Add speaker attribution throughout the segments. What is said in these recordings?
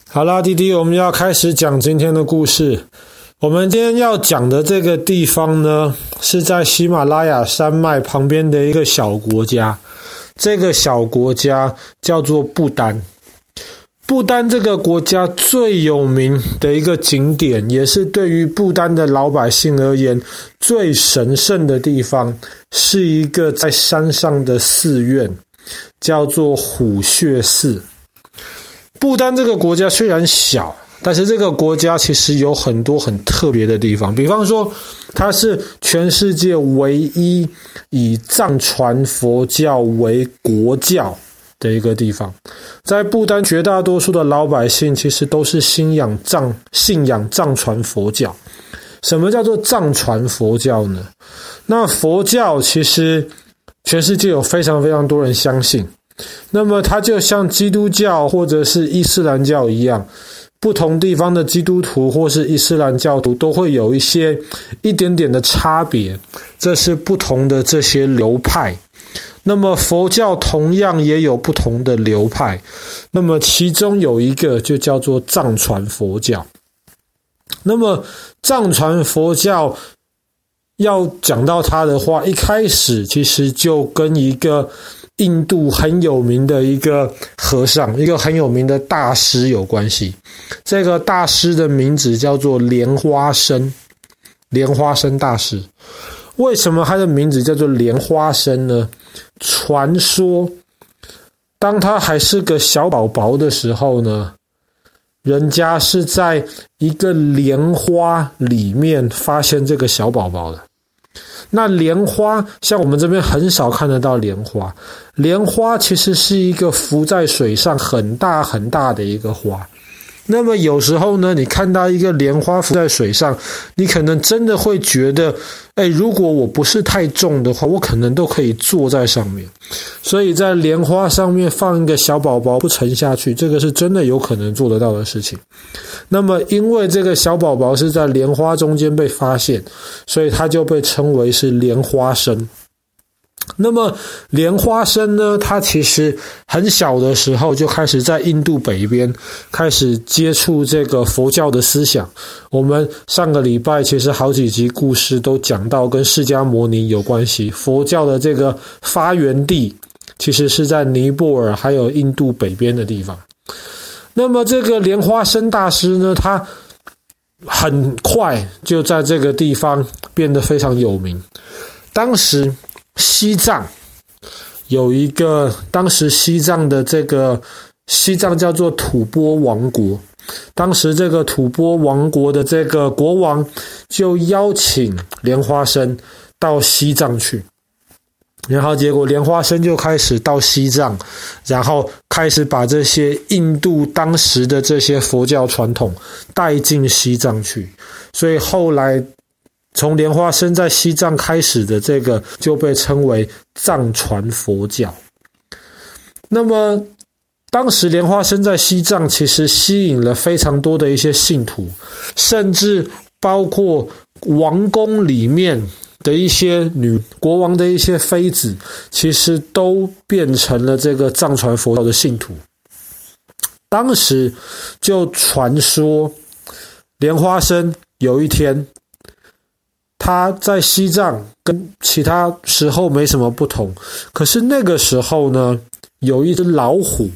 Speaker 1: 好啦，弟弟，我们要开始讲今天的故事。我们今天要讲的这个地方呢，是在喜马拉雅山脉旁边的一个小国家。这个小国家叫做不丹。不丹这个国家最有名的一个景点，也是对于不丹的老百姓而言最神圣的地方，是一个在山上的寺院，叫做虎穴寺。不丹这个国家虽然小，但是这个国家其实有很多很特别的地方，比方说它是全世界唯一以藏传佛教为国教的一个地方。在不丹绝大多数的老百姓其实都是信仰藏传佛教。什么叫做藏传佛教呢？那佛教其实全世界有非常非常多人相信，那么它就像基督教或者是伊斯兰教一样，不同地方的基督徒或是伊斯兰教徒都会有一点点的差别，这是不同的这些流派。那么佛教同样也有不同的流派，那么其中有一个就叫做藏传佛教。那么藏传佛教要讲到它的话，一开始其实就跟一个印度很有名的一个和尚，一个很有名的大师有关系。这个大师的名字叫做莲花生大师。为什么他的名字叫做莲花生呢？传说当他还是个小宝宝的时候呢，人家是在一个莲花里面发现这个小宝宝的。那莲花像我们这边很少看得到莲花，莲花其实是一个浮在水上很大很大的一个花。那么有时候呢，你看到一个莲花浮在水上，你可能真的会觉得如果我不是太重的话，我可能都可以坐在上面。所以在莲花上面放一个小宝宝不沉下去，这个是真的有可能做得到的事情。那么因为这个小宝宝是在莲花中间被发现，所以它就被称为是莲花生。那么莲花生呢，它其实很小的时候就开始在印度北边开始接触这个佛教的思想。我们上个礼拜其实好几集故事都讲到跟释迦牟尼有关系，佛教的这个发源地其实是在尼泊尔还有印度北边的地方。那么这个莲花生大师呢，他很快就在这个地方变得非常有名。当时西藏有一个，当时西藏叫做吐蕃王国。当时这个吐蕃王国的这个国王就邀请莲花生到西藏去，然后结果莲花生就开始到西藏，然后开始把这些印度当时的这些佛教传统带进西藏去。所以后来从莲花生在西藏开始的这个就被称为藏传佛教。那么当时莲花生在西藏其实吸引了非常多的一些信徒，甚至包括王宫里面的一些国王的一些妃子，其实都变成了这个藏传佛教的信徒。当时就传说莲花生有一天他在西藏跟其他时候没什么不同，可是那个时候呢，有一只老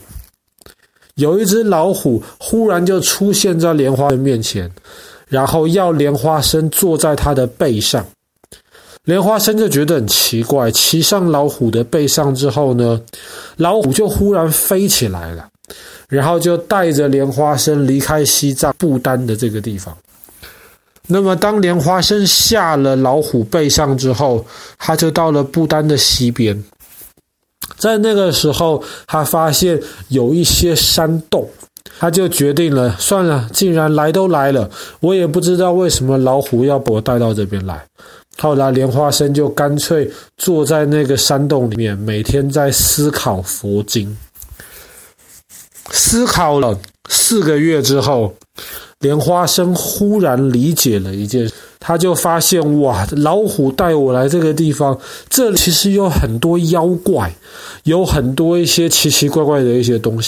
Speaker 1: 虎忽然就出现在莲花生面前，然后要莲花生坐在他的背上。莲花生就觉得很奇怪，骑上老虎的背上之后呢，老虎就忽然飞起来了，然后就带着莲花生离开西藏不丹的这个地方。那么当莲花生下了老虎背上之后，他就到了不丹的西边。在那个时候他发现有一些山洞，他就决定了，算了，既然来都来了，我也不知道为什么老虎要把我带到这边来。后来莲花生就干脆坐在那个山洞里面，每天在思考佛经。思考了4个月之后，莲花生忽然理解了一件事，他就发现哇，老虎带我来这个地方，这里其实有很多妖怪，有很多一些奇奇怪怪的一些东西。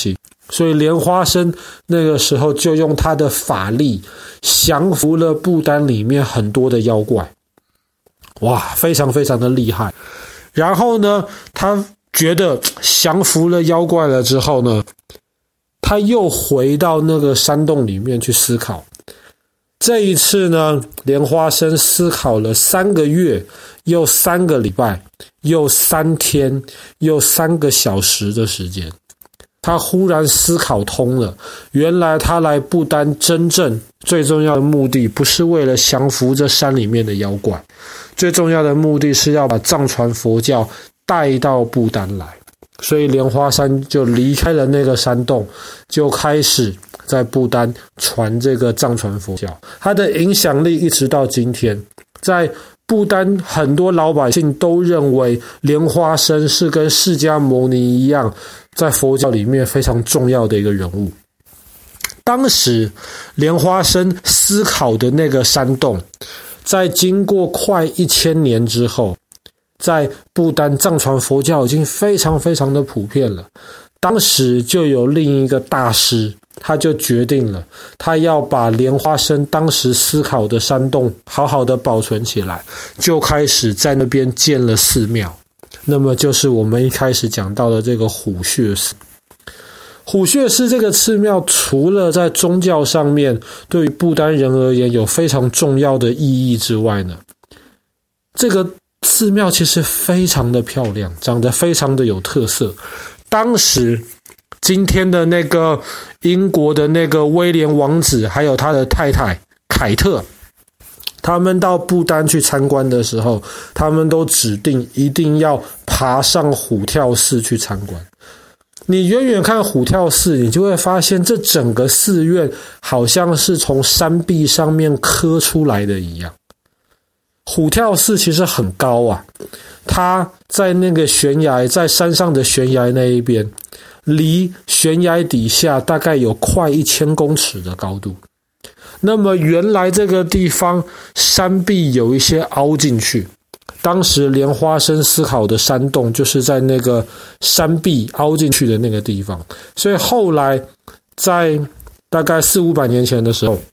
Speaker 1: 所以莲花生那个时候就用他的法力降服了不丹里面很多的妖怪，哇，非常非常的厉害。然后呢，他觉得降服了妖怪了之后呢，他又回到那个山洞里面去思考。这一次呢，莲花生思考了3个月，又3个礼拜，又3天，又3个小时的时间。他忽然思考通了，原来他来不丹真正最重要的目的不是为了降服这山里面的妖怪，最重要的目的是要把藏传佛教带到不丹来。所以莲花山就离开了那个山洞，就开始在不丹传这个藏传佛教。它的影响力一直到今天，在不丹很多老百姓都认为莲花生是跟释迦牟尼一样，在佛教里面非常重要的一个人物。当时莲花生思考的那个山洞，在经过快1000年之后，在不丹藏传佛教已经非常非常的普遍了。当时就有另一个大师，他就决定了，他要把莲花生当时思考的山洞好好的保存起来，就开始在那边建了寺庙。那么就是我们一开始讲到的这个虎穴寺。虎穴寺这个寺庙，除了在宗教上面对于不丹人而言有非常重要的意义之外呢，这个寺庙其实非常的漂亮，长得非常的有特色。当时今天的那个英国的那个威廉王子还有他的太太凯特，他们到不丹去参观的时候，他们都指定一定要爬上虎跳寺去参观。你远远看虎跳寺，你就会发现这整个寺院好像是从山壁上面刻出来的一样。虎跳寺其实很高啊，它在那个悬崖，在山上的悬崖那一边，离悬崖底下大概有快1000公尺的高度。那么原来这个地方山壁有一些凹进去，当时莲花生思考的山洞就是在那个山壁凹进去的那个地方，所以后来在大概400-500年前的时候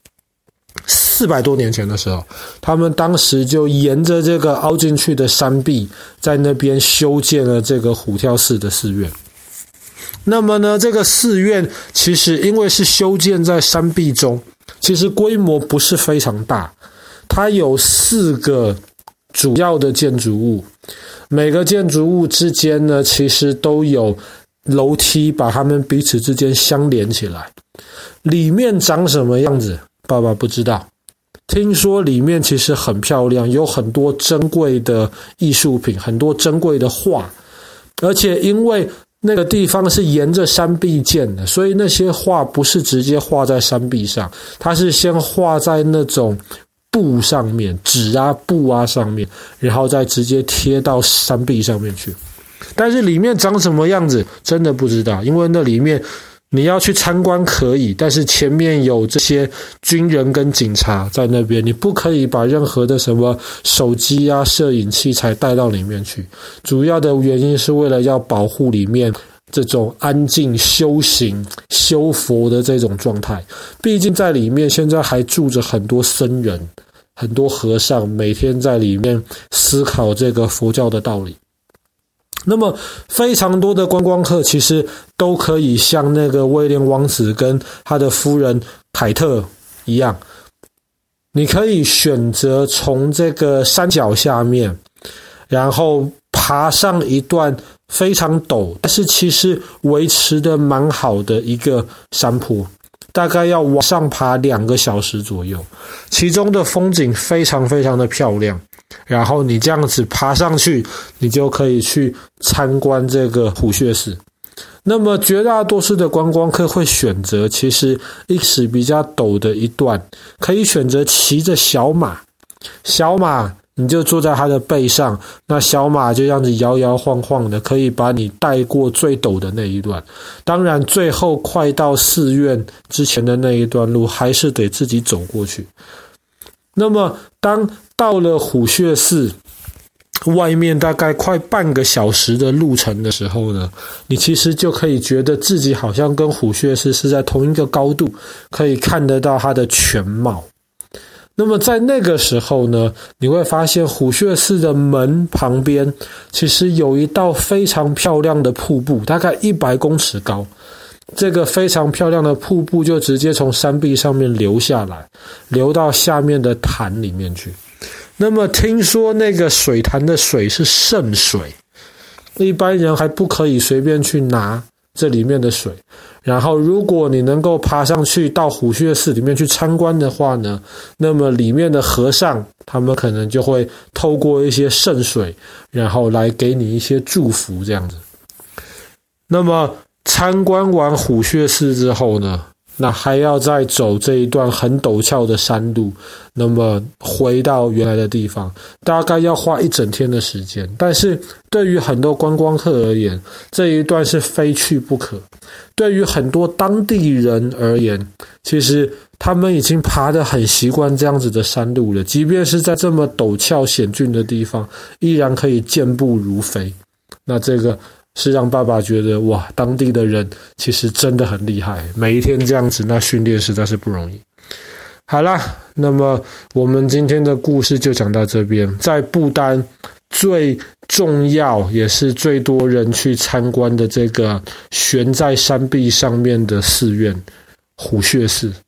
Speaker 1: ，400多年前的时候，他们当时就沿着这个凹进去的山壁，在那边修建了这个虎跳寺的寺院。那么呢，这个寺院其实因为是修建在山壁中，其实规模不是非常大，它有4个主要的建筑物，每个建筑物之间呢，其实都有楼梯把它们彼此之间相连起来。里面长什么样子，爸爸不知道。听说里面其实很漂亮，有很多珍贵的艺术品，很多珍贵的画，而且因为那个地方是沿着山壁建的，所以那些画不是直接画在山壁上，它是先画在那种布上面，纸啊布啊上面，然后再直接贴到山壁上面去。但是里面长什么样子真的不知道，因为那里面你要去参观可以，但是前面有这些军人跟警察在那边，你不可以把任何的什么手机啊摄影器材带到里面去。主要的原因是为了要保护里面这种安静修行修佛的这种状态。毕竟在里面现在还住着很多僧人，很多和尚，每天在里面思考这个佛教的道理。那么非常多的观光客其实都可以像那个威廉王子跟他的夫人凯特一样，你可以选择从这个山脚下面，然后爬上一段非常陡，但是其实维持的蛮好的一个山坡，大概要往上爬2个小时左右，其中的风景非常非常的漂亮。然后你这样子爬上去，你就可以去参观这个虎穴寺。那么绝大多数的观光客会选择其实一时比较陡的一段，可以选择骑着小马，小马你就坐在它的背上，那小马就这样子摇摇晃晃的，可以把你带过最陡的那一段。当然最后快到寺院之前的那一段路还是得自己走过去。那么当到了虎穴寺， 外面大概快半个小时的路程的时候呢，你其实就可以觉得自己好像跟虎穴寺是在同一个高度，可以看得到它的全貌。那么在那个时候呢，你会发现虎穴寺的门旁边其实有一道非常漂亮的瀑布，大概100公尺高。这个非常漂亮的瀑布就直接从山壁上面流下来，流到下面的潭里面去。那么听说那个水潭的水是圣水，一般人还不可以随便去拿这里面的水。然后如果你能够爬上去到虎穴寺里面去参观的话呢，那么里面的和尚他们可能就会透过一些圣水，然后来给你一些祝福这样子。那么参观完虎穴寺之后呢，那还要再走这一段很陡峭的山路，那么回到原来的地方，大概要花1整天的时间。但是对于很多观光客而言，这一段是非去不可。对于很多当地人而言，其实他们已经爬得很习惯这样子的山路了，即便是在这么陡峭险峻的地方，依然可以健步如飞。那这个是让爸爸觉得哇，当地的人其实真的很厉害，每一天这样子，那训练实在是不容易。好啦，那么我们今天的故事就讲到这边。在不丹最重要也是最多人去参观的这个悬在山壁上面的寺院虎穴寺，